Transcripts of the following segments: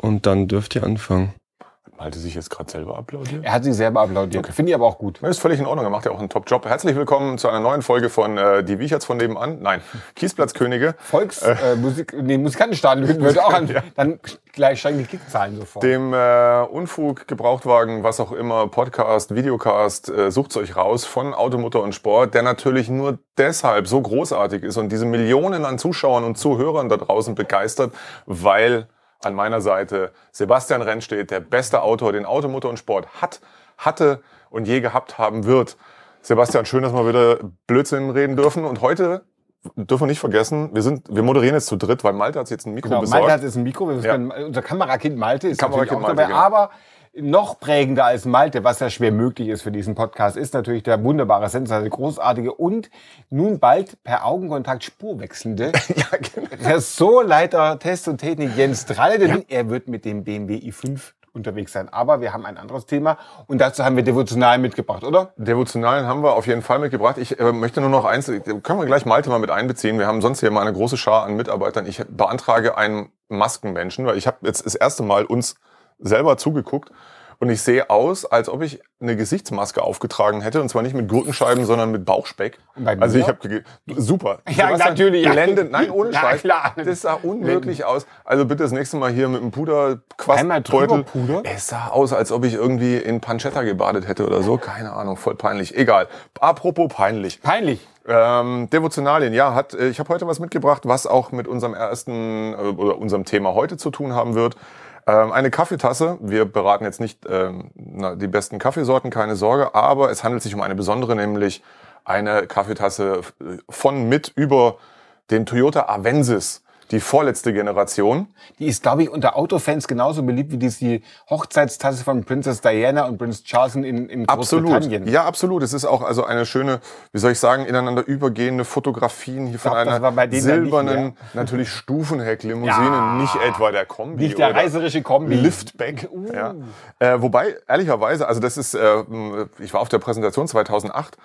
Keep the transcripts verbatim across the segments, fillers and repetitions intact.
und dann dürft ihr anfangen. Malte sich jetzt gerade selber applaudiert? Er hat sich selber applaudiert. Okay. Finde ich aber auch gut. Das ist völlig in Ordnung. Er macht ja auch einen Top-Job. Herzlich willkommen zu einer neuen Folge von äh, Die Wiecherts von nebenan. Nein, Kiesplatzkönige. Volksmusik, äh, nee, Musikantenstadion würde auch an. Ja. Dann gleich steigen die Klickzahlen sofort. Dem äh, Unfug, Gebrauchtwagen, was auch immer, Podcast, Videocast, äh, sucht's euch raus von Automotor und Sport, der natürlich nur deshalb so großartig ist und diese Millionen an Zuschauern und Zuhörern da draußen begeistert, weil an meiner Seite Sebastian Renz steht, der beste Autor, den Automotor und Sport hat, hatte und je gehabt haben wird. Sebastian, schön, dass wir wieder Blödsinn reden dürfen. Und heute dürfen wir nicht vergessen, wir sind, wir moderieren jetzt zu dritt, weil Malte hat jetzt ein Mikro genau, besorgt. Malte hat jetzt ein Mikro. Wir ja. können, unser Kamerakind Malte ist Kamerakind natürlich auch Malte, dabei. genau. Aber noch prägender als Malte, was ja schwer möglich ist für diesen Podcast, ist natürlich der wunderbare, sensationelle, großartige und nun bald per Augenkontakt spurwechselnde ja, genau. Ressortleiter Test und Technik Jens Dralle, denn ja. er wird mit dem B M W i fünf unterwegs sein. Aber wir haben ein anderes Thema und dazu haben wir Devotionalen mitgebracht, oder? Devotionalen haben wir auf jeden Fall mitgebracht. Ich äh, möchte nur noch eins, können wir gleich Malte mal mit einbeziehen. Wir haben sonst hier mal eine große Schar an Mitarbeitern. Ich beantrage einen Maskenmenschen, weil ich habe jetzt das erste Mal uns selber zugeguckt und ich sehe aus, als ob ich eine Gesichtsmaske aufgetragen hätte und zwar nicht mit Gurkenscheiben, sondern mit Bauchspeck. Also ich habe super. Ja, Sebastian, natürlich. Blendend, nein, ohne Scheiß. Klar. Das sah unmöglich aus. Also bitte das nächste Mal hier mit einem Puderquastbeutel. Puder? Es sah aus, als ob ich irgendwie in Pancetta gebadet hätte oder so. Keine Ahnung, voll peinlich. Egal. Apropos peinlich. Peinlich. Ähm, Devotionalien, ja, hat, ich habe heute was mitgebracht, was auch mit unserem ersten äh, oder unserem Thema heute zu tun haben wird. Ähm, eine Kaffeetasse. Wir beraten jetzt nicht ähm, na, die besten Kaffeesorten, keine Sorge, aber es handelt sich um eine besondere, nämlich eine Kaffeetasse von mit über den Toyota Avensis. Die vorletzte Generation. Die ist, glaube ich, unter Autofans genauso beliebt wie die Hochzeitstasse von Princess Diana und Prince Charles in, in Großbritannien. Absolut. Ja, absolut. Es ist auch also eine schöne, wie soll ich sagen, ineinander übergehende Fotografien hier von glaub, einer silbernen, natürlich Stufenhecklimousine, ja. nicht etwa der Kombi. Nicht der reißerische Kombi. Liftback. Uh. Ja. Äh, wobei, ehrlicherweise, also das ist, äh, ich war auf der Präsentation zweitausendacht,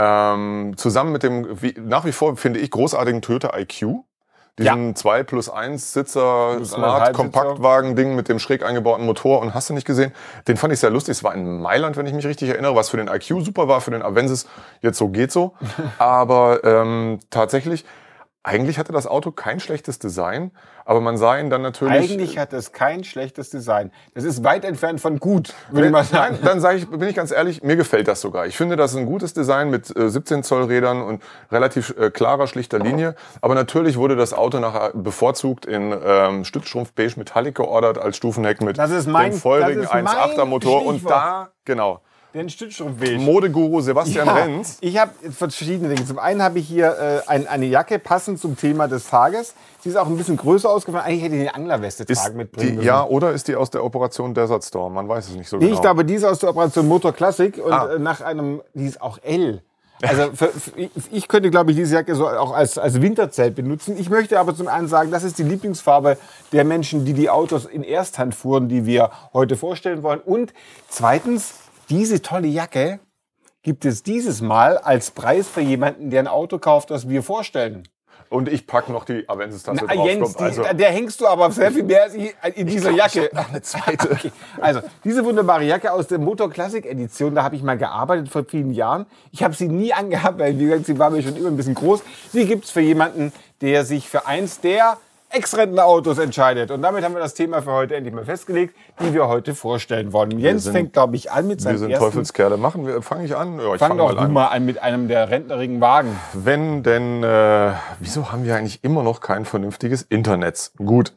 ähm, zusammen mit dem, wie, nach wie vor finde ich, großartigen Toyota I Q. Diesen ja. zwei plus eins Sitzer Smart Kompaktwagen-Ding mit dem schräg eingebauten Motor und hast du nicht gesehen? Den fand ich sehr lustig. Es war in Mailand, wenn ich mich richtig erinnere, was für den I Q super war, für den Avensis jetzt so geht so. Aber ähm, tatsächlich, eigentlich hatte das Auto kein schlechtes Design, aber man sah ihn dann natürlich... Eigentlich hat es kein schlechtes Design. Das ist weit entfernt von gut, würde ich mal sagen. Nein, dann sage ich, bin ich ganz ehrlich, mir gefällt das sogar. Ich finde, das ist ein gutes Design mit äh, siebzehn Zoll Rädern und relativ äh, klarer, schlichter Linie. Aber natürlich wurde das Auto nachher bevorzugt in ähm, Stützstrumpf-Beige Metallic geordert als Stufenheck mit das ist mein, dem feurigen eins Komma achter Motor. Und da, genau... Den Stützstrumpfweg. Modeguru Sebastian ja, Renz. Ich habe verschiedene Dinge. Zum einen habe ich hier äh, ein, eine Jacke passend zum Thema des Tages. Sie ist auch ein bisschen größer ausgefallen. Eigentlich hätte ich eine Anglerweste tragen mitbringen müssen. Ja, oder ist die aus der Operation Desert Storm? Man weiß es nicht so nee, genau. Ich glaube, die ist aus der Operation Motor Classic und ah. äh, nach einem, die ist auch L. Also für, für, ich könnte, glaube ich, diese Jacke so auch als, als Winterzelt benutzen. Ich möchte aber zum einen sagen, das ist die Lieblingsfarbe der Menschen, die die Autos in Ersthand fuhren, die wir heute vorstellen wollen. Und zweitens, diese tolle Jacke gibt es dieses Mal als Preis für jemanden, der ein Auto kauft, das wir vorstellen. Und ich packe noch die Avensis-Tasse Na, drauf. Jens, Komm, also die, der hängst du aber sehr viel mehr als ich in dieser ich glaub, Jacke. Ich noch eine zweite. Okay. Also, diese wunderbare Jacke aus der Motor Classic Edition, da habe ich mal gearbeitet vor vielen Jahren. Ich habe sie nie angehabt, weil wie gesagt, sie war mir schon immer ein bisschen groß. Sie gibt's für jemanden, der sich für eins der Ex-Rentner-Autos entscheidet. Und damit haben wir das Thema für heute endlich mal festgelegt, die wir heute vorstellen wollen. Jens sind, fängt, glaube ich, an mit seinem ersten... Wir sind ersten Teufelskerle. Machen wir, fange ich an? Ja, ich fang fang doch mal an. mal an mit einem der rentnerigen Wagen. Wenn denn, äh, wieso haben wir eigentlich immer noch kein vernünftiges Internet? Gut,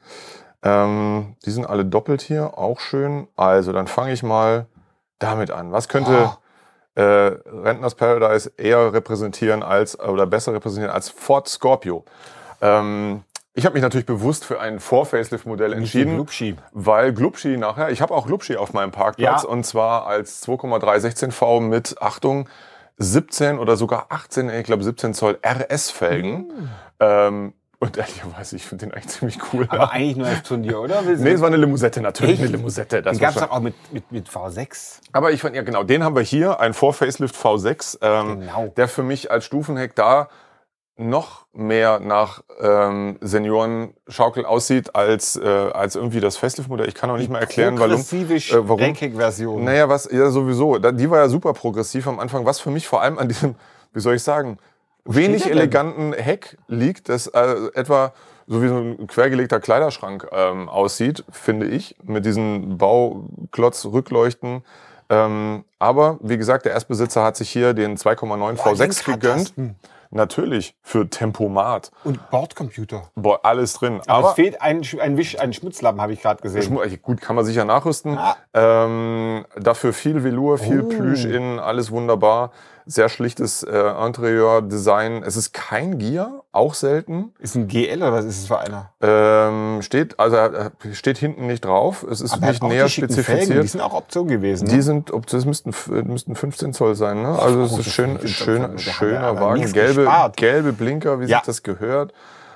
ähm, die sind alle doppelt hier, auch schön. Also, dann fange ich mal damit an. Was könnte oh. äh, Rentners Paradise eher repräsentieren als, oder besser repräsentieren als Ford Scorpio? Ähm, Ich habe mich natürlich bewusst für ein Vor-Facelift-Modell entschieden, Glubschi. weil Glubschi nachher, ich habe auch Glubschi auf meinem Parkplatz Ja. und zwar als zwei Komma drei sechzehn V mit, Achtung, siebzehn oder sogar achtzehn, ich glaube siebzehn Zoll R S-Felgen. Mm. Ähm, und ehrlicherweise, ich finde den eigentlich ziemlich cool. Aber eigentlich nur als Turnier, oder? Nee, es war eine Limousette, natürlich Echt? eine Limousette. Das den gab es schon... doch auch mit, mit, mit V sechs. Aber ich fand, ja genau, den haben wir hier, ein Vor-Facelift V sechs, ähm, Genau. der für mich als Stufenheck da noch mehr nach ähm, Seniorenschaukel aussieht als, äh, als irgendwie das Facelift-Modell. Ich kann auch nicht mal erklären, warum. Progressive Äh, warum. Schräghek-Version. Naja, was, ja sowieso. Da, die war ja super progressiv am Anfang, was für mich vor allem an diesem, wie soll ich sagen, wenig eleganten Heck liegt, das äh, etwa so wie so ein quergelegter Kleiderschrank ähm, aussieht, finde ich, mit diesen Bauklotz-Rückleuchten. Ähm, aber wie gesagt, der Erstbesitzer hat sich hier den zwei Komma neun V sechs gegönnt. Natürlich, für Tempomat. Und Bordcomputer. Boah, alles drin. Aber, aber es fehlt ein, ein, Wisch, ein Schmutzlappen, habe ich gerade gesehen. Schmu- gut, kann man sicher nachrüsten. Ah. Ähm, dafür viel Velour, viel Oh. Plüsch innen, alles wunderbar. Sehr schlichtes äh, Interieur-Design. Es ist kein Gear, auch selten. Ist ein G L oder was ist es für einer? Ähm, steht, also äh, steht hinten nicht drauf. Es ist Aber nicht auch näher die schicken spezifiziert. Felgen, die sind auch Option gewesen. Die Ne? sind, ob das müssten, müssten fünfzehn Zoll sein, ne? Also es Oh, ist das schön, sind schön, fünfzehn Zoll. Wir haben ja schöner aber Wagen, nichts gelbe, gespart. gelbe Blinker, wie Ja. sich das gehört.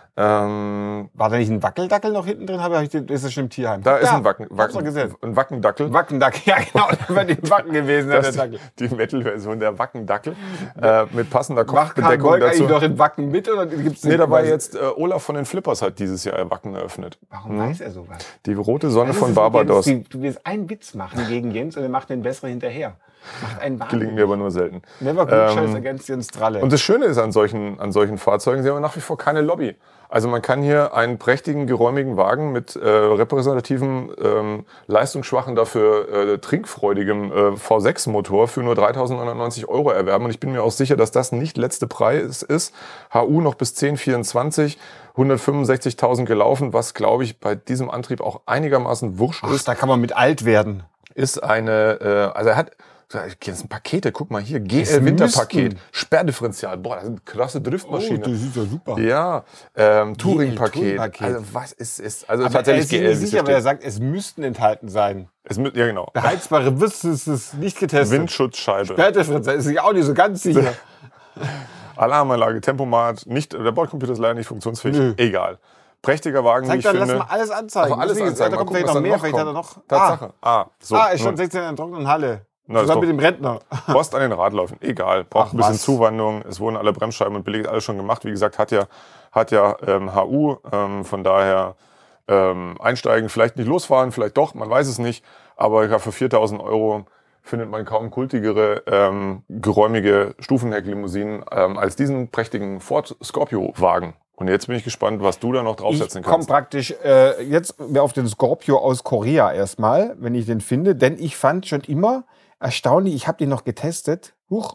Ähm, War da nicht ein Wackeldackel noch hinten drin? Habe ich den, ist das schon im Tierheim? da ist Ja, ein Wacken, hab's Wacken, doch gesehen. ein Wackendackel. Wackendackel, ja genau, da war die Wacken gewesen, Das der ist Dackel. die Metal-Version der Wackendackel äh, mit passender Macht Karl Kopfbedeckung Golg dazu. eigentlich noch in Wacken mit? Oder gibt's Nee, da war weiß- jetzt äh, Olaf von den Flippers hat dieses Jahr Wacken eröffnet. Warum weiß er sowas? Die rote Sonne Das von ist Barbados. Jens, Du willst einen Witz machen gegen Jens und er macht den besseren hinterher. Macht einen Gelingt Wahnsinn. mir aber nur selten. Never good Ähm, Scheiß against Jens Tralle. Und das Schöne ist an solchen, an solchen Fahrzeugen, sie haben nach wie vor keine Lobby. Also man kann hier einen prächtigen, geräumigen Wagen mit äh, repräsentativen, ähm, leistungsschwachen, dafür äh, trinkfreudigem äh, V sechs Motor für nur dreitausendneunhundertneunzig Euro erwerben. Und ich bin mir auch sicher, dass das nicht letzte Preis ist. H U noch bis zehn vierundzwanzig, hundertfünfundsechzigtausend gelaufen, was, glaube ich, bei diesem Antrieb auch einigermaßen wurscht Ach, ist. da kann man mit alt werden. Ist eine, äh, also er hat, jetzt sind Pakete, guck mal hier, G Es L Winterpaket, müssten- Sperrdifferential, boah, das sind krasse Driftmaschinen. ist ja super. Ja, ähm, Touring-Paket. Touring-Paket. Also was ist, ist also Aber tatsächlich er ist sich G L, nicht wie sicher, es aber er steht. sagt, es müssten enthalten sein. Es mü- ja, genau. Beheizbare Wüste ist es nicht getestet. Windschutzscheibe, Sperrdifferenz ist sich auch nicht so ganz sicher. Alarmanlage, Tempomat, nicht, der Bordcomputer ist leider nicht funktionsfähig. Nö. Egal. Prächtiger Wagen, wie Zeig ich dann, lass finde. mal alles anzeigen. Aber alles Deswegen, anzeigen. Da Mal kommt gucken, vielleicht was noch dann mehr, noch vielleicht hat er kommt. noch... Tatsache. Ah, so. Ah, ist schon Nun, sechzehn in der trockenen Halle. Na, ist Zusammen doch- mit dem Rentner. Post an den Radläufen, egal. Braucht Ach, ein bisschen was. Zuwandung. Es wurden alle Bremsscheiben und Beläge alles schon gemacht. Wie gesagt, hat ja, hat ja ähm, H U. Ähm, von daher ähm, einsteigen, vielleicht nicht losfahren, vielleicht doch, man weiß es nicht. Aber ja, für viertausend Euro findet man kaum kultigere, ähm, geräumige Stufenhecklimousinen ähm, als diesen prächtigen Ford Scorpio-Wagen. Und jetzt bin ich gespannt, was du da noch draufsetzen Ich komme kannst. praktisch äh, jetzt auf den Scorpio aus Korea erstmal, wenn ich den finde. Denn ich fand schon immer erstaunlich, ich habe den noch getestet. Huch.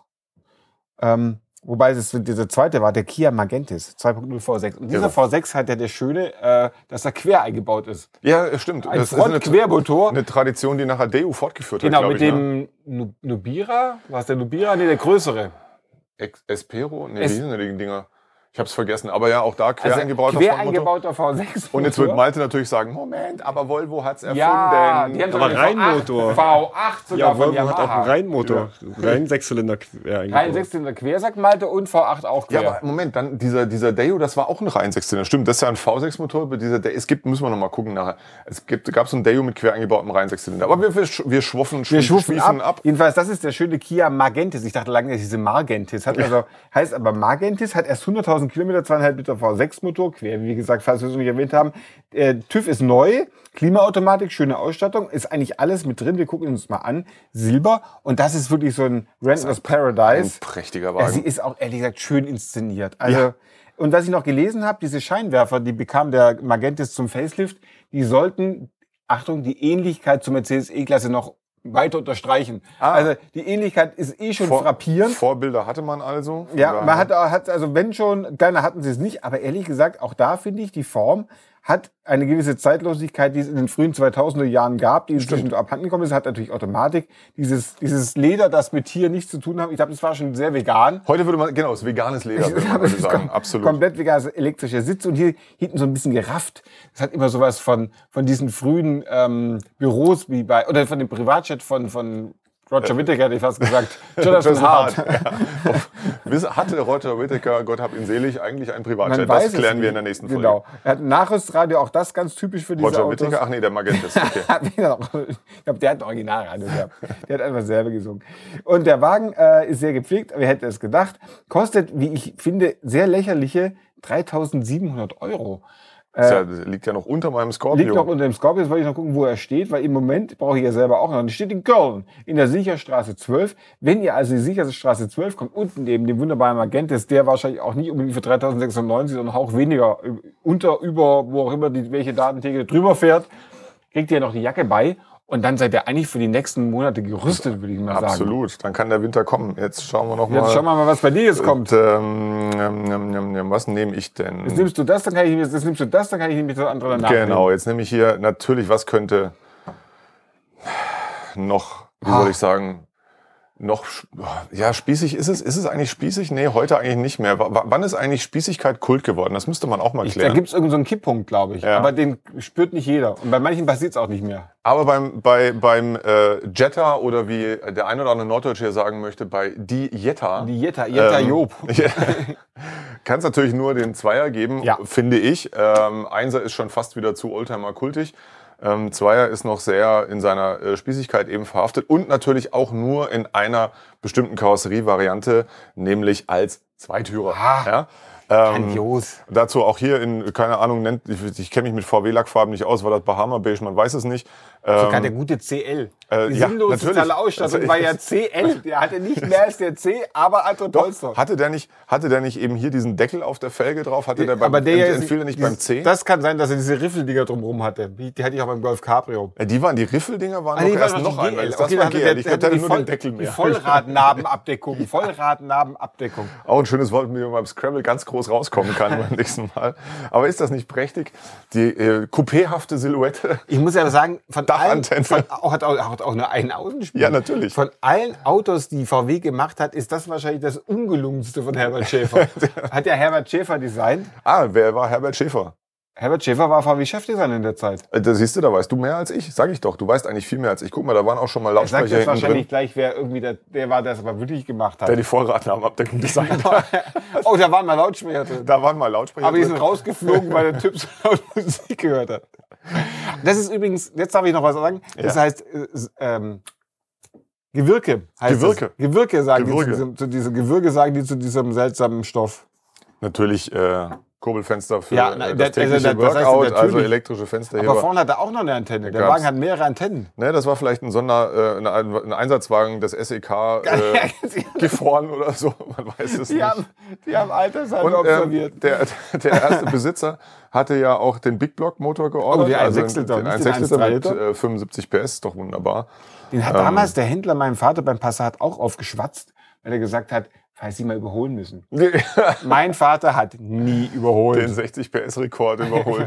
Ähm, wobei das, dieser zweite war der Kia Magentis zwei Punkt null V sechs. Und dieser Ja. V sechs hat ja das Schöne, äh, dass er quer eingebaut ist. Ja, stimmt. Ein Das ist eine, Front-Quermotor. eine Tradition, die nachher Deu fortgeführt Genau, hat, mit glaub ich, ne? dem Nu- Nubira. War es der Nubira? Nee, der größere. Ex- Espero? Nee, Es- wie sind denn die Dinger? Ich hab's vergessen. Aber ja, auch da quer Also eingebauter quer Frontmotor. eingebauter V sechs. Und jetzt wird Malte natürlich sagen, Moment, aber Volvo hat's erfunden. Ja, die haben Aber sogar Reihenmotor. V acht sogar Ja, von Volvo hat auch Yamaha. einen Reihenmotor. Rein Sechszylinder quer Rein eingebaut. Sechszylinder quer, sagt Malte, und V acht auch quer. Ja, aber Moment, dann dieser, dieser Deo, das war auch ein rein Sechszylinder. Stimmt, das ist ja ein V sechs Motor. aber Dieser Deo, es gibt, müssen wir noch mal gucken nachher. Es gibt, gab so ein Deo mit quer eingebautem rein Sechszylinder. Aber wir, wir, sch- wir schwuffen, Wir schwiefen schwufen ab. ab. Jedenfalls, das ist der schöne Kia Magentis. Ich dachte lange, dass diese Margentis hat. Also, heißt aber Magentis, hat erst hunderttausend Kilometer, zweieinhalb Liter V sechs Motor, quer, wie gesagt, falls wir es noch nicht erwähnt haben. Äh, TÜV ist neu, Klimaautomatik, schöne Ausstattung, ist eigentlich alles mit drin. Wir gucken uns mal an. Silber. Und das ist wirklich so ein Rentner's Ein Paradise. prächtiger Ja, sie Wagen. ist auch ehrlich gesagt schön inszeniert. Also, Ja. und was ich noch gelesen habe, diese Scheinwerfer, die bekam der Magentis zum Facelift, die sollten, Achtung, die Ähnlichkeit zur Mercedes E-Klasse noch weiter unterstreichen. Ah. Also die Ähnlichkeit ist eh schon Vor- frappierend. Vorbilder hatte man also. Von Ja, daher- man hat, hat, also wenn schon, kleiner hatten sie es nicht, aber ehrlich gesagt, auch da finde ich, die Form hat eine gewisse Zeitlosigkeit, die es in den frühen zweitausender Jahren gab, die inzwischen so abhanden gekommen ist, hat natürlich Automatik. Dieses, dieses Leder, das mit Tier nichts zu tun hat, ich glaube, das war schon sehr vegan. Heute würde man, genau, das ist veganes Leder, würde man Das heute ist sagen. kom Absolut. komplett veganes elektrischer Sitz und hier hinten so ein bisschen gerafft. Das hat immer sowas von, von diesen frühen ähm, Büros wie bei, oder von dem Privatjet von, von Roger Whittaker, hätte ich fast gesagt. Jonathan Jonathan Hart. Hart, ja. Hatte Roger Whittaker, Gott hab ihn selig, eigentlich ein Privatjet? Man weiß Das klären es wir nicht. in der nächsten Folge. Genau. Er hat ein Nachrüstradio, auch das ganz typisch für diese Roger Autos. Whittaker? Ach nee, der Magentis. Okay. ich glaube, der hat ein Originalradio gehabt. Der hat einfach selber gesungen. Und der Wagen äh, ist sehr gepflegt, wer hätte es gedacht. Kostet, wie ich finde, sehr lächerliche dreitausendsiebenhundert Euro. Das ja, das liegt ja noch unter meinem Scorpio. Liegt noch unter dem Scorpio. Jetzt wollte ich noch gucken, wo er steht, weil im Moment brauche ich ja selber auch noch. Der steht in Köln, in der Sicherstraße zwölf. Wenn ihr also die Sicherstraße zwölf kommt, unten neben dem wunderbaren Magentis, der wahrscheinlich auch nicht unbedingt für dreitausendsechshundertneunzig, sondern auch weniger unter, über, wo auch immer die, welche Datentheke drüber fährt, kriegt ihr noch die Jacke bei. Und dann seid ihr eigentlich für die nächsten Monate gerüstet, würde ich mal sagen. Absolut, dann kann der Winter kommen. Jetzt schauen wir noch mal. Jetzt schauen wir mal, was bei dir jetzt kommt. Und, ähm, ähm, ähm, was nehme ich denn? Jetzt nimmst du das, dann kann ich jetzt nimmst du das, dann kann ich nämlich das andere danach Genau, nehmen. jetzt nehme ich hier natürlich, was könnte noch, wie Ah. soll ich sagen, noch, ja, spießig ist es. Ist es eigentlich spießig? Nee, heute eigentlich nicht mehr. W wann ist eigentlich Spießigkeit Kult geworden? Das müsste man auch mal Ich, da klären. gibt es irgendeinen so einen Kipppunkt, glaube ich. Ja. Aber den spürt nicht jeder. Und bei manchen passiert es auch nicht mehr. Aber beim, bei, beim äh, Jetta oder wie der ein oder andere Norddeutsche hier sagen möchte, bei die Jetta. Die Jetta, Jetta Ähm, Job. Kann es natürlich nur den Zweier geben, Ja. finde ich. Ähm, Einser ist schon fast wieder zu Oldtimer-kultig. Ähm, Zweier ist noch sehr in seiner äh, Spießigkeit eben verhaftet und natürlich auch nur in einer bestimmten Karosserievariante, nämlich als Zweitürer. Ah, ja? ähm, Grandios. dazu auch hier in, keine Ahnung, nennt, ich, ich kenne mich mit V W-Lackfarben nicht aus, war das Bahama Beige, man weiß es nicht. Sogar Ähm, der gute C L. äh, Die ja, sinnlose natürlich. totale Ausstattung Also, war ja C L. Der hatte nicht mehr als der C, aber andere Polster. hatte der nicht, hatte der nicht eben hier diesen Deckel auf der Felge drauf? Hatte der beim, aber der ent- ist- entfiel der nicht dieses- beim C? Das kann sein, dass er diese Riffeldinger drumherum hatte. Die die hatte ich auch beim Golf Cabrio. Ja, die waren, die Riffeldinger waren Ah, noch nee, erst war noch die ein, weil G L. das Okay, war dann hatte G der- L. Ich der hatte hatte nur die den Deckel Die mehr. Vollradnabenabdeckung. Die Vollradnabenabdeckung. Auch ein schönes Wort, mit dem man beim Scrabble ganz groß rauskommen kann beim nächsten Mal. Aber ist das nicht prächtig? Die äh, coupéhafte Silhouette. Ich muss ja sagen, von allen, Dachantenne. von, auch, hat, auch, hat auch nur einen Außenspiegel. Ja, natürlich. Von allen Autos, die V W gemacht hat, ist das wahrscheinlich das ungelungenste von Herbert Schäfer. Hat ja Herbert Schäfer designt. Ah, wer war Herbert Schäfer? Herbert Schäfer war V W-Chefdesigner in der Zeit. Äh, Da siehst du, da weißt du mehr als ich. Sag ich doch, du weißt eigentlich viel mehr als ich. Guck mal, da waren auch schon mal Er sagt Lautsprecher jetzt hinten wahrscheinlich drin, gleich, wer irgendwie der, der war, der es aber wirklich gemacht hat. der die Vollradnahmenabdeckung designt hat. Oh, da waren mal Lautsprecher drin. Da waren mal Lautsprecher Aber die sind drin. rausgeflogen, weil der Typ so laut Musik gehört hat. Das ist übrigens, jetzt darf ich noch was sagen, das Ja. heißt äh, ähm, Gewürke. Heißt Gewürke. Das. Gewürke sagen Gewürge. die zu diesem, zu diesem Gewürge sagen die zu diesem seltsamen Stoff. Natürlich äh, Kurbelfenster für Ja, äh, na, das das- tägliche also das heißt Workout, natürlich- also elektrische Fensterheber. Aber vorne hat er auch noch eine Antenne. Der gab's- Wagen hat mehrere Antennen. Ne, das war vielleicht ein Sonder, äh, ein, ein Einsatzwagen des S E K äh, Gifhorn oder so, man weiß es Die nicht. haben, die haben Altersheime Und ähm, observiert. der, der erste Besitzer hatte ja auch den Big Block Motor geordert. Oh, den also eins Komma sechs Liter, den nicht eins den Komma sechs Liter eins mit Komma drei äh, fünfundsiebzig P S, doch wunderbar. Den hat damals der Händler meinem Vater beim Passat auch aufgeschwatzt, weil er gesagt hat, falls Sie mal überholen müssen. Mein Vater hat nie überholt. Den sechzig P S-Rekord überholt.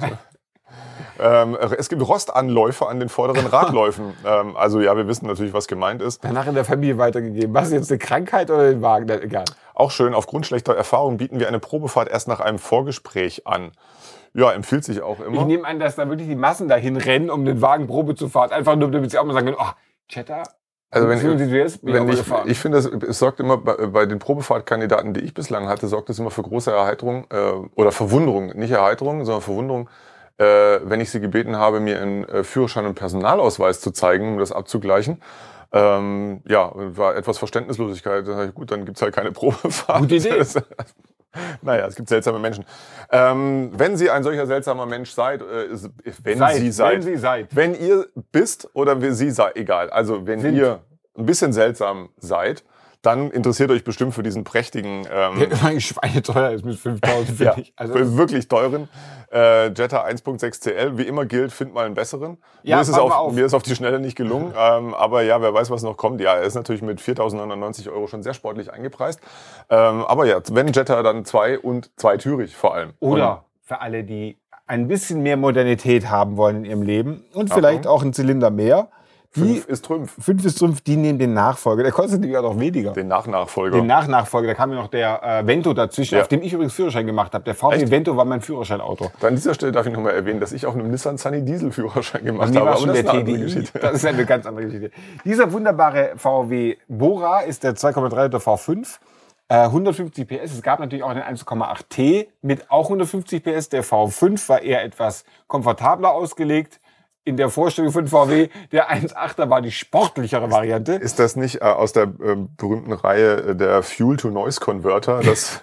ähm, es gibt Rostanläufe an den vorderen Radläufen. ähm, also ja, wir wissen natürlich, was gemeint ist. Danach in der Familie weitergegeben. Was, jetzt eine Krankheit oder den Wagen? Na, egal. Auch schön, aufgrund schlechter Erfahrung bieten wir eine Probefahrt erst nach einem Vorgespräch an. Ja, empfiehlt sich auch Ich immer. nehme an, dass da wirklich die Massen dahin rennen, um den Wagen Probe zu fahren. Einfach nur, damit sie auch mal sagen können, oh, Jetta, Also wenn, fünfundsiebzig P S, bin wenn auch mal ich, gefahren. ich finde, es, es sorgt immer bei, bei den Probefahrtkandidaten, die ich bislang hatte, sorgt es immer für große Erheiterung äh, oder Verwunderung, nicht Erheiterung, sondern Verwunderung, äh, wenn ich sie gebeten habe, mir einen äh, Führerschein und Personalausweis zu zeigen, um das abzugleichen. Ähm, ja, war etwas Verständnislosigkeit. Da sag ich, gut, dann gibt's halt keine Probefahrt. Gute Idee. Naja, es gibt seltsame Menschen. Ähm, wenn Sie ein solcher seltsamer Mensch seid, äh, wenn Seid, Sie seid, wenn Sie seid. wenn ihr bist oder wie Sie seid, egal. Also wenn Sind. ihr ein bisschen seltsam seid, dann interessiert euch bestimmt für diesen prächtigen, ähm, Der immerhin schweineteuer ist mit fünftausend, finde ja, ich. Also, für wirklich teuren äh, Jetta eins Komma sechs C L. Wie immer gilt, find mal einen besseren. Ja, mir, ist es pass auf, mal auf. mir ist auf die Schnelle nicht gelungen. ähm, aber ja, wer weiß, was noch kommt. Ja, er ist natürlich mit viertausendneunundneunzig Euro schon sehr sportlich eingepreist. Ähm, aber ja, wenn Jetta, dann zwei und zweitürig vor allem. oder für alle, die ein bisschen mehr Modernität haben wollen in ihrem Leben und vielleicht auch einen Zylinder mehr. Und Die fünf ist Trümpf. fünf ist fünf, die nehmen den Nachfolger. Der kostet nämlich auch noch weniger. Den Nachnachfolger. Den Nachnachfolger, da kam ja noch der äh, Vento dazwischen, Ja. auf dem ich übrigens Führerschein gemacht habe. Der V W Echt? Vento war mein Führerscheinauto. An dieser Stelle darf ich noch mal erwähnen, dass ich auch einen Nissan Sunny Diesel Führerschein Bei gemacht mir habe. war Aber schon das der ist eine T andere D I. Geschichte. Das ist eine ganz andere Geschichte. Dieser wunderbare V W Bora ist der zwei Komma drei Liter V fünf. Äh, hundertfünfzig P S. Es gab natürlich auch den eins Komma acht T mit auch hundertfünfzig P S. Der V fünf war eher etwas komfortabler ausgelegt. In der Vorstellung von V W, der eins Komma achter war die sportlichere Variante. Ist das nicht äh, aus der äh, berühmten Reihe der Fuel-to-Noise-Converter, das,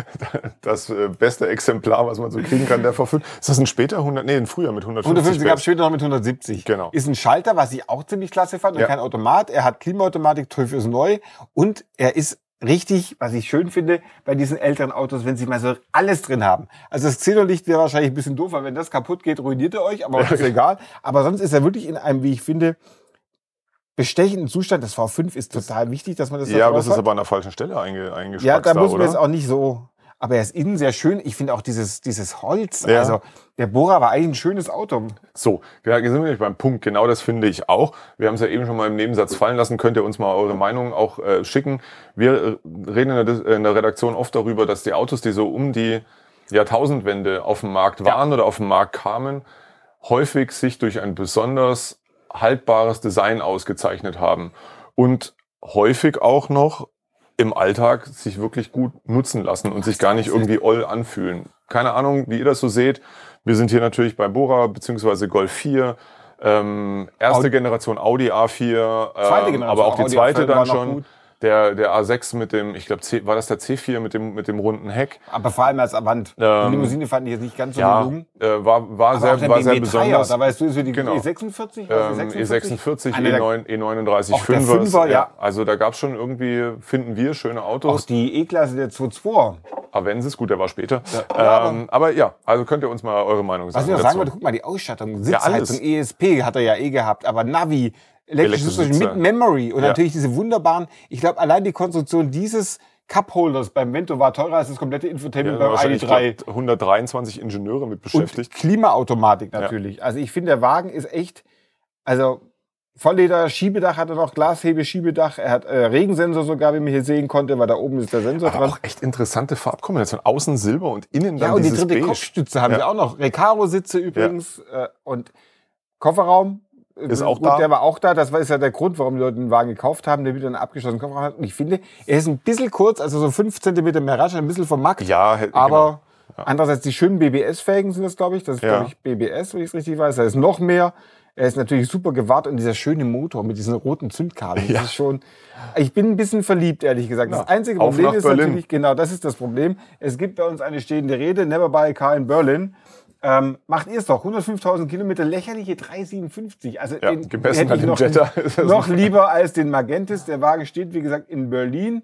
das äh, beste Exemplar, was man so kriegen kann, der V fünf? Ist das ein später hundert? Nee, ein früher mit hundertfünfzig. hundertfünfzig gab es später noch mit hundertsiebzig. Genau. Ist ein Schalter, was ich auch ziemlich klasse fand und Ja. kein Automat. Er hat Klimaautomatik, TÜV ist neu und er ist richtig, was ich schön finde, bei diesen älteren Autos, wenn sie mal so alles drin haben. Also das Xenolicht wäre wahrscheinlich ein bisschen doof, weil wenn das kaputt geht, ruiniert er euch, aber das ist egal. Aber sonst ist er wirklich in einem, wie ich finde, bestechenden Zustand. Das V fünf ist total wichtig, dass man das Ja, da aber das drauf ist hat. aber an der falschen Stelle einge, eingeschwachst. Ja, da muss oder? man jetzt auch nicht so. Aber er ist innen sehr schön. Ich finde auch dieses, dieses Holz. Ja. Also der Bohrer war eigentlich ein schönes Auto. So, ja, hier sind wir nämlich beim Punkt. Genau das finde ich auch. Wir haben es ja eben schon mal im Nebensatz fallen lassen. Könnt ihr uns mal eure Meinung auch äh, schicken. Wir äh, reden in der, in der Redaktion oft darüber, dass die Autos, die so um die Jahrtausendwende auf dem Markt waren oder auf den Markt kamen, häufig sich durch ein besonders haltbares Design ausgezeichnet haben. Und häufig auch noch im Alltag sich wirklich gut nutzen lassen und sich gar nicht irgendwie oll anfühlen. Keine Ahnung, wie ihr das so seht. Wir sind hier natürlich bei Bora bzw. Golf vier, ähm, erste Audi. Generation Audi A vier, Zweite ähm, Generation, aber auch die Audi zweite A vier war dann noch schon. gut. Der, der A sechs mit dem, ich glaube, war das der C vier mit dem, mit dem runden Heck? Aber vor allem als Avant. Ähm, die Limousine fand ich jetzt nicht ganz so Ja, gelungen. äh, war, war Aber sehr, auch der war sehr B M W Dreier, besonders. Da weißt du, ist für die Genau. E sechsundvierzig? Was, Ähm, E sechsundvierzig, Einer der- E neun, E neununddreißig, Auch der Fünfer. Fünfer, ja. Also da gab's schon irgendwie, finden wir, schöne Auch Autos. die E-Klasse der zwei Komma zwei. Avensis, gut, der war später. Ja, ähm, aber ja, also könnt ihr uns mal eure Meinung Was sagen. ich noch dazu. sagen wollte, guck mal, die Ausstattung, Ja, alles. Sitzheizung, E S P hat er ja eh gehabt, aber Navi, elektrische Elektrische Sitzheizung mit Sitze. Memory und Ja. natürlich diese wunderbaren, ich glaube, allein die Konstruktion dieses Cup-Holders beim Vento war teurer als das komplette Ja, Infotainment da beim I D wahrscheinlich, drei. ich glaub, hundertdreiundzwanzig Ingenieure mit beschäftigt. Und Klimaautomatik natürlich. Also ich finde, der Wagen ist echt, also Vollleder, Schiebedach hat er noch, Glashebe-Schiebedach. Er hat äh, Regensensor sogar, wie man hier sehen konnte, weil da oben ist der Sensor Aber dran. auch echt interessante Farbkombination. Außen Silber und innen dann Ja, und die dieses dritte Beige. Kopfstütze haben Ja. sie auch noch. Recaro-Sitze übrigens äh, und Kofferraum. Ist äh, auch gut, da. Der war auch da. Das war ist ja der Grund, warum die Leute den Wagen gekauft haben, der wieder einen abgeschlossenen Kofferraum hat. Und ich finde, er ist ein bisschen kurz, also so fünf Zentimeter mehr Rasch, ein bisschen vermackt. Ja, he- Aber genau. andererseits die schönen B B S-Felgen sind das, glaube ich. Das ist, Ja. glaube ich, B B S, wenn ich es richtig weiß. Da ist noch mehr. Er ist natürlich super gewartet und dieser schöne Motor mit diesen roten Zündkabeln. Ja. Das ist schon. Ich bin ein bisschen verliebt, ehrlich gesagt. Das Ja. einzige Auf Problem nach ist Berlin. natürlich, genau, das ist das Problem. Es gibt bei uns eine stehende Rede, Never buy a car in Berlin. Ähm, macht ihr es doch, hundertfünftausend Kilometer, lächerliche drei Komma siebenundfünfzig. Also Ja, den gemessen hätte an ich dem noch, Jetta ist das- noch lieber als den Magentis. Der Wagen steht, wie gesagt, in Berlin.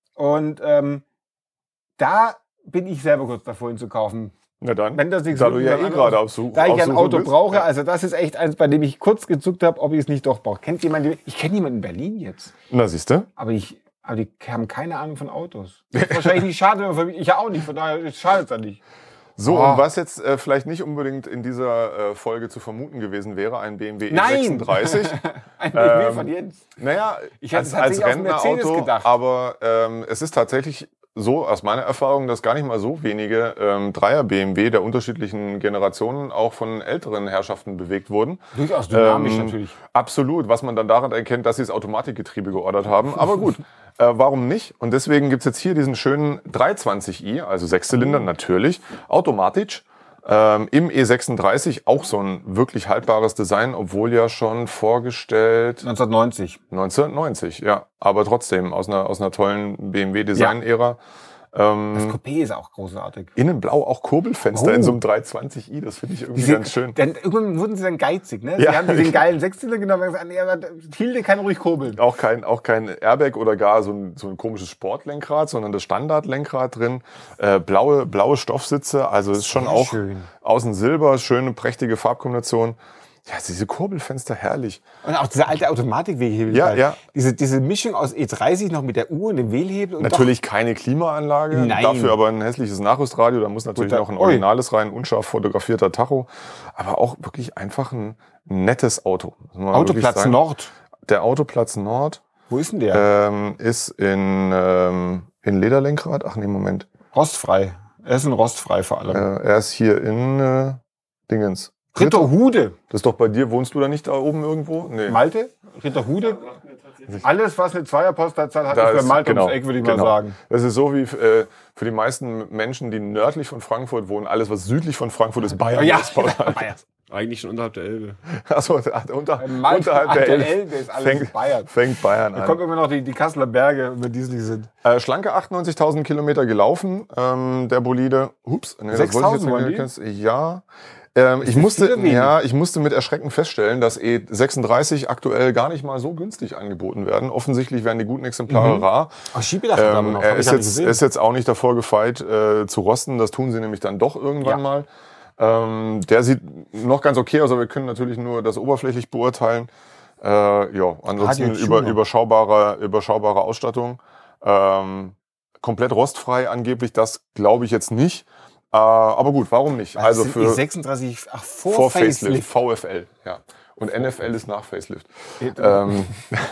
Und ähm, da bin ich selber kurz davor, ihn zu kaufen. Na dann, Wenn das nichts da wird, du ja dann eh an- gerade auf Suche Da ich auf ein Suche Auto bist. brauche, Ja. also das ist echt eins, bei dem ich kurz gezuckt habe, ob ich es nicht doch brauche. Kennt jemand, den- ich kenne jemanden in Berlin jetzt, Na, siehst du? aber ich, aber die haben keine Ahnung von Autos. Das ist wahrscheinlich nicht schade, wenn man für mich, ich ja auch nicht, von daher schadet es ja nicht. So, Oh. und was jetzt äh, vielleicht nicht unbedingt in dieser äh, Folge zu vermuten gewesen wäre, ein B M W E Nein! sechsunddreißig. Ein B M W Ähm, von Jens. Naja, Ich hätte als, tatsächlich als auf einen Mercedes Rentnerauto, gedacht. aber ähm, es ist tatsächlich so, aus meiner Erfahrung, dass gar nicht mal so wenige ähm, Dreier-B M W der unterschiedlichen Generationen auch von älteren Herrschaften bewegt wurden. Durchaus dynamisch Ähm, natürlich. Absolut, was man dann daran erkennt, dass sie das Automatikgetriebe geordert haben. Aber gut, äh, warum nicht? Und deswegen gibt's jetzt hier diesen schönen dreihundertzwanzig i, also Sechszylinder natürlich, automatisch. Ähm, Im E sechsunddreißig auch so ein wirklich haltbares Design, obwohl ja schon vorgestellt neunzehnhundertneunzig. neunzehnhundertneunzig, ja. Aber trotzdem aus einer, aus einer tollen B M W-Design-Ära. Das Ähm, Coupé ist auch großartig. Innenblau auch Kurbelfenster Oh. in so einem dreihundertzwanzig i, das finde ich irgendwie Diese, ganz schön. Dann, irgendwann wurden sie dann geizig, ne? Sie Ja. haben diesen geilen Sechszylinder genommen und gesagt, nee, aber Hilde kann ruhig kurbeln. Auch kein, auch kein Airbag oder gar so ein, so ein komisches Sportlenkrad, sondern das Standardlenkrad drin. Äh, blaue, blaue Stoffsitze, also ist schon Sehr auch schön. außen Silber, schöne, prächtige Farbkombination. Ja, diese Kurbelfenster, herrlich. Und auch dieser alte Automatik-Wählhebel. Ja, ja. Diese, diese Mischung aus E dreißig noch mit der Uhr und dem Wählhebel. Und Natürlich keine Klimaanlage, Nein. dafür aber ein hässliches Nachrüstradio, da muss natürlich Gut, da- noch ein ui. originales rein, unscharf fotografierter Tacho, aber auch wirklich einfach ein nettes Auto. muss man doch wirklich Autoplatz sagen. Nord. Der Autoplatz Nord Wo ist denn der? ähm, ist in, ähm, in Lederlenkrad. Ach nee, Moment. Rostfrei. Er ist ein rostfrei vor allem. Äh, er ist hier in äh, Dingens. Ritterhude. Das ist doch bei dir, wohnst du da nicht da oben irgendwo? Nee. Malte? Ritterhude? Alles, was eine Zweierpostleitzahl hat, Da ist bei ist- Malte genau, ums Eck, würde ich genau. mal sagen. Das ist so wie äh, für die meisten Menschen, die nördlich von Frankfurt wohnen, alles, was südlich von Frankfurt ist, Bayern. Ja, ist Bayern. Bayern. Eigentlich schon unterhalb der Elbe. Achso, unter, Malte, unterhalb der, der Elf Elbe ist alles fängt, Bayern. fängt Bayern Da an. kommen immer noch die, die Kasseler Berge, über die sie sind. Äh, schlanke achtundneunzigtausend Kilometer gelaufen, ähm, der Bolide. Ups, nee, das wollte ich sechstausend jetzt nicht. Ja. Ähm, ich, das musste, viel oder wenig? ja, ich musste mit Erschrecken feststellen, dass E sechsunddreißig aktuell gar nicht mal so günstig angeboten werden. Offensichtlich werden die guten Exemplare Mhm. rar. Ach, Schiebedach hat er aber Ähm, noch. er Hab ich ist gar nicht jetzt, gesehen. ist jetzt auch nicht davor gefeit äh, zu rosten. Das tun sie nämlich dann doch irgendwann Ja. mal. Ähm, der sieht noch ganz okay aus, aber wir können natürlich nur das oberflächlich beurteilen. Äh, ja, ansonsten Radio über, Tuner. überschaubare, überschaubare Ausstattung. Ähm, komplett rostfrei angeblich, das glaube ich jetzt nicht. Äh, aber gut, warum nicht? Was Also sind für E sechsunddreißig, ach, vor, vor Facelift. Facelift, V F L. Ja. Und N F L ist nach Facelift. Ähm,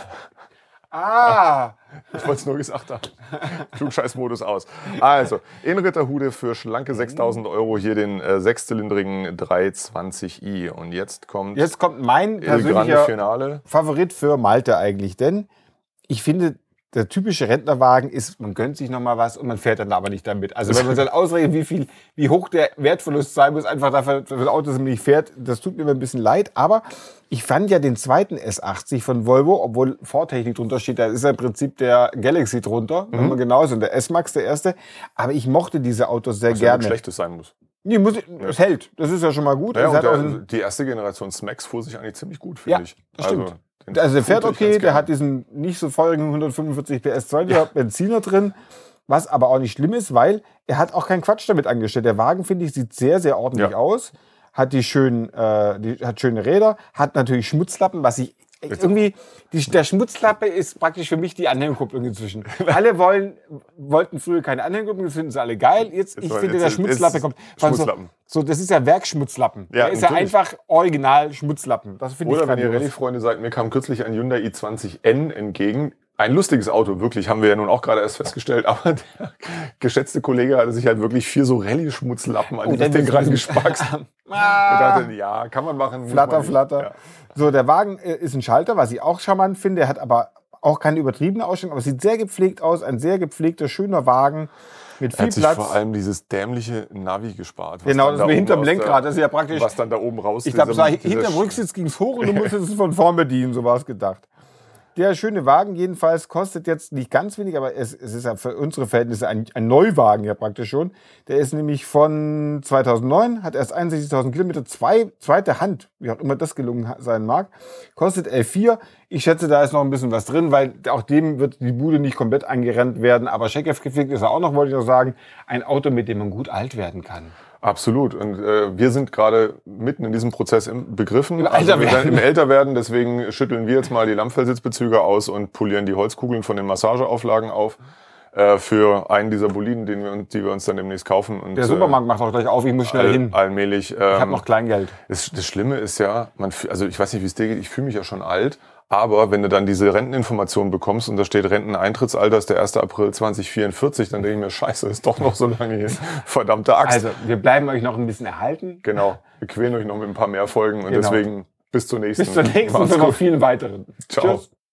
Ah, Ich wollte es nur gesagt haben. Klugscheißmodus aus. Also, in Ritterhude für schlanke sechstausend Euro hier den äh, sechszylindrigen dreihundertzwanzig i. Und jetzt kommt jetzt kommt mein El Grande persönlicher Finale. Favorit für Malte eigentlich, denn ich finde, der typische Rentnerwagen ist, man gönnt sich noch mal was und man fährt dann aber nicht damit. Also wenn man dann ausrechnet, wie viel, wie hoch der Wertverlust sein muss, einfach dafür, für das Auto, das man nicht fährt, das tut mir immer ein bisschen leid. Aber ich fand ja den zweiten S achtzig von Volvo, obwohl Vortechnik drunter steht, da ist ja im Prinzip der Galaxy drunter, wenn man genau ist, und der S-Max der erste. Aber ich mochte diese Autos sehr Was ja gerne. nichts Schlechtes sein muss. Nee, muss, es hält. Das ist ja schon mal gut. Ja, Es und hat auch der, einen- die erste Generation Smacks fuhr sich eigentlich ziemlich gut, finde Ja, ich. das stimmt. den Also der fährt fuhr ich okay, ganz der gerne. hat diesen nicht so feurigen hundertfünfundvierzig P S zwei, der hat Benziner drin, was aber auch nicht schlimm ist, weil er hat auch keinen Quatsch damit angestellt. Der Wagen, finde ich, sieht sehr, sehr ordentlich Ja. aus, hat die schönen, äh, die, hat schöne Räder, hat natürlich Schmutzlappen, was ich irgendwie, die, der Schmutzlappe ist praktisch für mich die Anhängerkupplung inzwischen. Alle wollen, wollten früher keine Anhängerkupplung, das finden sie alle geil. Jetzt, ich Jetzt- finde, jetzt der ist- Schmutzlappe ist kommt. Vor allem Schmutzlappen. So, so, das ist ja Werkschmutzlappen. Ja, der ist ja natürlich. einfach original Schmutzlappen. Das finde ich Oder wenn ihr grandios. Rallye-Freunde seid, mir kam kürzlich ein Hyundai i zwanzig N entgegen. Ein lustiges Auto, wirklich, haben wir ja nun auch gerade erst festgestellt. Aber der geschätzte Kollege hatte sich halt wirklich vier so Rallye-Schmutzlappen an Oh, dieses dann Ding wird's ein bisschen- rangespackst. Und Ah. dachte, ja, kann man machen. muss Flatter, man nicht. flatter. Ja. So, der Wagen äh, ist ein Schalter, was ich auch charmant finde. Er hat aber auch keine übertriebene Ausstattung, aber sieht sehr gepflegt aus. Ein sehr gepflegter, schöner Wagen mit Er viel hat sich Platz. vor allem dieses dämliche Navi gespart. was Genau, dann das da wir oben hinterm aus Lenkrad, der- das ist ja praktisch. Was dann da oben raus Ich glaube, dieser- hinterm dieser- Rücksitz ging es hoch und du musstest es von vorn bedienen, so war es gedacht. Der schöne Wagen jedenfalls kostet jetzt nicht ganz wenig, aber es, es ist ja für unsere Verhältnisse ein, ein Neuwagen ja praktisch schon. Der ist nämlich von zweitausendneun, hat erst einundsechzigtausend Kilometer, zwei, zweite Hand, wie auch immer das gelungen ha- sein mag, kostet elf Komma vier. Ich schätze, da ist noch ein bisschen was drin, weil auch dem wird die Bude nicht komplett eingerennt werden. Aber Scheckef gepflegt ist er auch noch, wollte ich noch sagen. Ein Auto, mit dem man gut alt werden kann. Absolut. Und äh, wir sind gerade mitten in diesem Prozess im begriffen. Im Also wir Älterwerden. werden im Älterwerden. Deswegen schütteln wir jetzt mal die Lammfellsitzbezüge aus und polieren die Holzkugeln von den Massageauflagen auf äh, für einen dieser Boliden, den wir, uns- die wir uns dann demnächst kaufen. Und, Der Supermarkt macht auch gleich auf, ich muss äh, schnell all, hin. allmählich. Ich habe Ähm, noch Kleingeld. das, das Schlimme ist ja, man, füh- also ich weiß nicht, wie es dir geht, ich fühle mich ja schon alt. Aber wenn du dann diese Renteninformation bekommst und da steht Renteneintrittsalter ist der erste April zweitausendvierundvierzig, dann denke ich mir, scheiße, ist doch noch so lange hin. Verdammte Axt. Also, wir bleiben euch noch ein bisschen erhalten. Genau. Wir quälen euch noch mit ein paar mehr Folgen und Genau. deswegen bis zur nächsten. Bis zur nächsten Macht's und noch gut. vielen weiteren. Ciao. Tschüss.